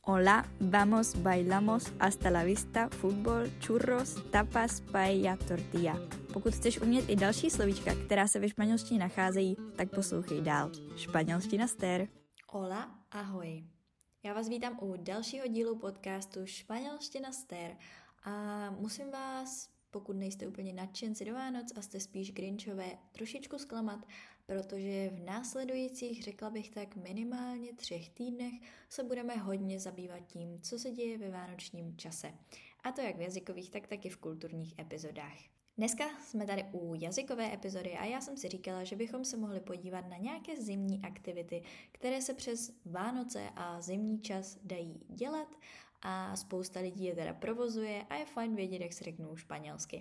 Hola, vamos, bailamos, hasta la vista, fútbol, churros, tapas, paella, tortilla. Pokud chceš umět i další slovíčka, která se ve španělštině nacházejí, tak poslouchej dál. Španělština stér. Hola, ahoj. Já vás vítám u dalšího dílu podcastu Španělština stér a musím vás, pokud nejste úplně nadšenci do Vánoc a jste spíš grinchové, trošičku zklamat, protože v následujících, řekla bych tak, minimálně 3 týdnech se budeme hodně zabývat tím, co se děje ve vánočním čase. A to jak v jazykových, tak taky v kulturních epizodách. Dneska jsme tady u jazykové epizody a já jsem si říkala, že bychom se mohli podívat na nějaké zimní aktivity, které se přes Vánoce a zimní čas dají dělat a spousta lidí je teda provozuje a je fajn vědět, jak se řeknou španělsky.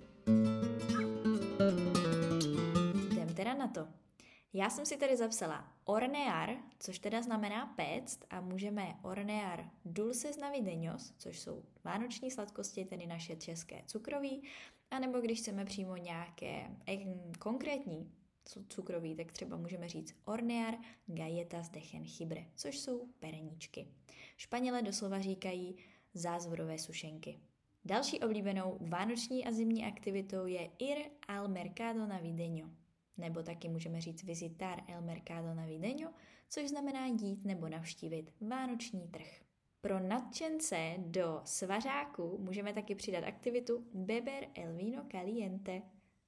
Jdem teda na to. Já jsem si tady zapsala hornear, což teda znamená péct a můžeme hornear dulces navideños, což jsou vánoční sladkosti, tedy naše české cukroví, anebo když chceme přímo nějaké konkrétní cukroví, tak třeba můžeme říct hornear galletas de jengibre, což jsou perníčky. Španělé doslova říkají zázvorové sušenky. Další oblíbenou vánoční a zimní aktivitou je ir al mercado navideño, nebo taky můžeme říct visitar el mercado navideño, což znamená jít nebo navštívit vánoční trh. Pro nadšence do svařáku můžeme taky přidat aktivitu beber el vino caliente,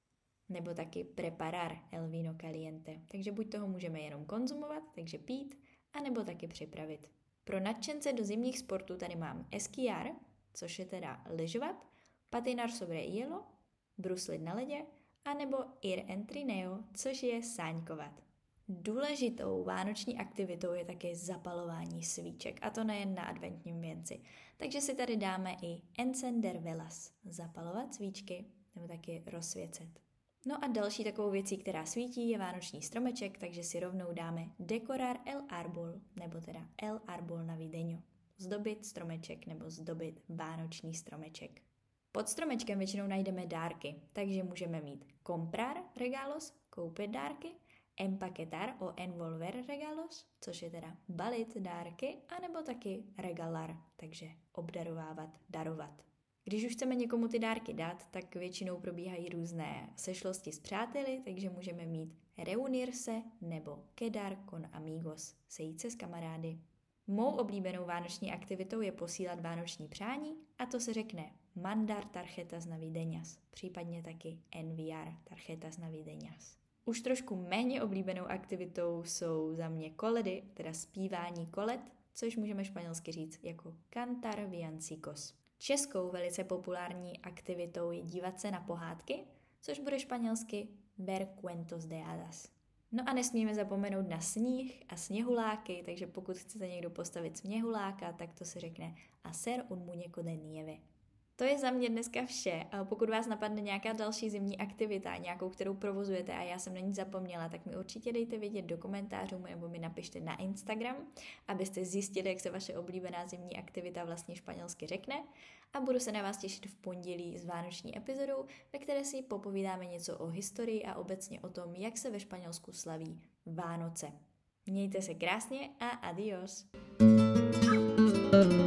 nebo taky preparar el vino caliente. Takže buď toho můžeme jenom konzumovat, takže pít, anebo taky připravit. Pro nadšence do zimních sportů tady mám esquiar, což je teda lyžovat, patinar sobre hielo, bruslit na ledě, anebo ir en trineo, což je sáňkovat. Důležitou vánoční aktivitou je také zapalování svíček, a to nejen na adventním věnci. Takže si tady dáme i encender velas, zapalovat svíčky, nebo taky rozsvěcet. No a další takovou věcí, která svítí, je vánoční stromeček, takže si rovnou dáme decorar el árbol, nebo teda el árbol navideño. Zdobit stromeček nebo zdobit vánoční stromeček. Pod stromečkem většinou najdeme dárky, takže můžeme mít comprar regalos, koupit dárky, empaquetar o envolver regalos, což je teda balit dárky, anebo taky regalar, takže obdarovávat, darovat. Když už chceme někomu ty dárky dát, tak většinou probíhají různé sešlosti s přáteli, takže můžeme mít reunirse nebo quedar con amigos, sejít se s kamarády. Mou oblíbenou vánoční aktivitou je posílat vánoční přání a to se řekne mandar tarjetas navideñas, případně taky enviar tarjetas navideñas. Už trošku méně oblíbenou aktivitou jsou za mě koledy, teda zpívání koled, což můžeme španělsky říct jako cantar villancicos. Českou velice populární aktivitou je dívat se na pohádky, což bude španělsky ver cuentos de hadas. No a nesmíme zapomenout na sníh a sněhuláky, takže pokud chcete někdo postavit sněhuláka, tak to se řekne hacer un muñeco de nieve. To je za mě dneska vše. Pokud vás napadne nějaká další zimní aktivita, nějakou, kterou provozujete a já jsem na ní zapomněla, tak mi určitě dejte vědět do komentářů nebo mi napište na Instagram, abyste zjistili, jak se vaše oblíbená zimní aktivita vlastně španělsky řekne. A budu se na vás těšit v pondělí s vánoční epizodou, ve které si popovídáme něco o historii a obecně o tom, jak se ve Španělsku slaví Vánoce. Mějte se krásně a adios!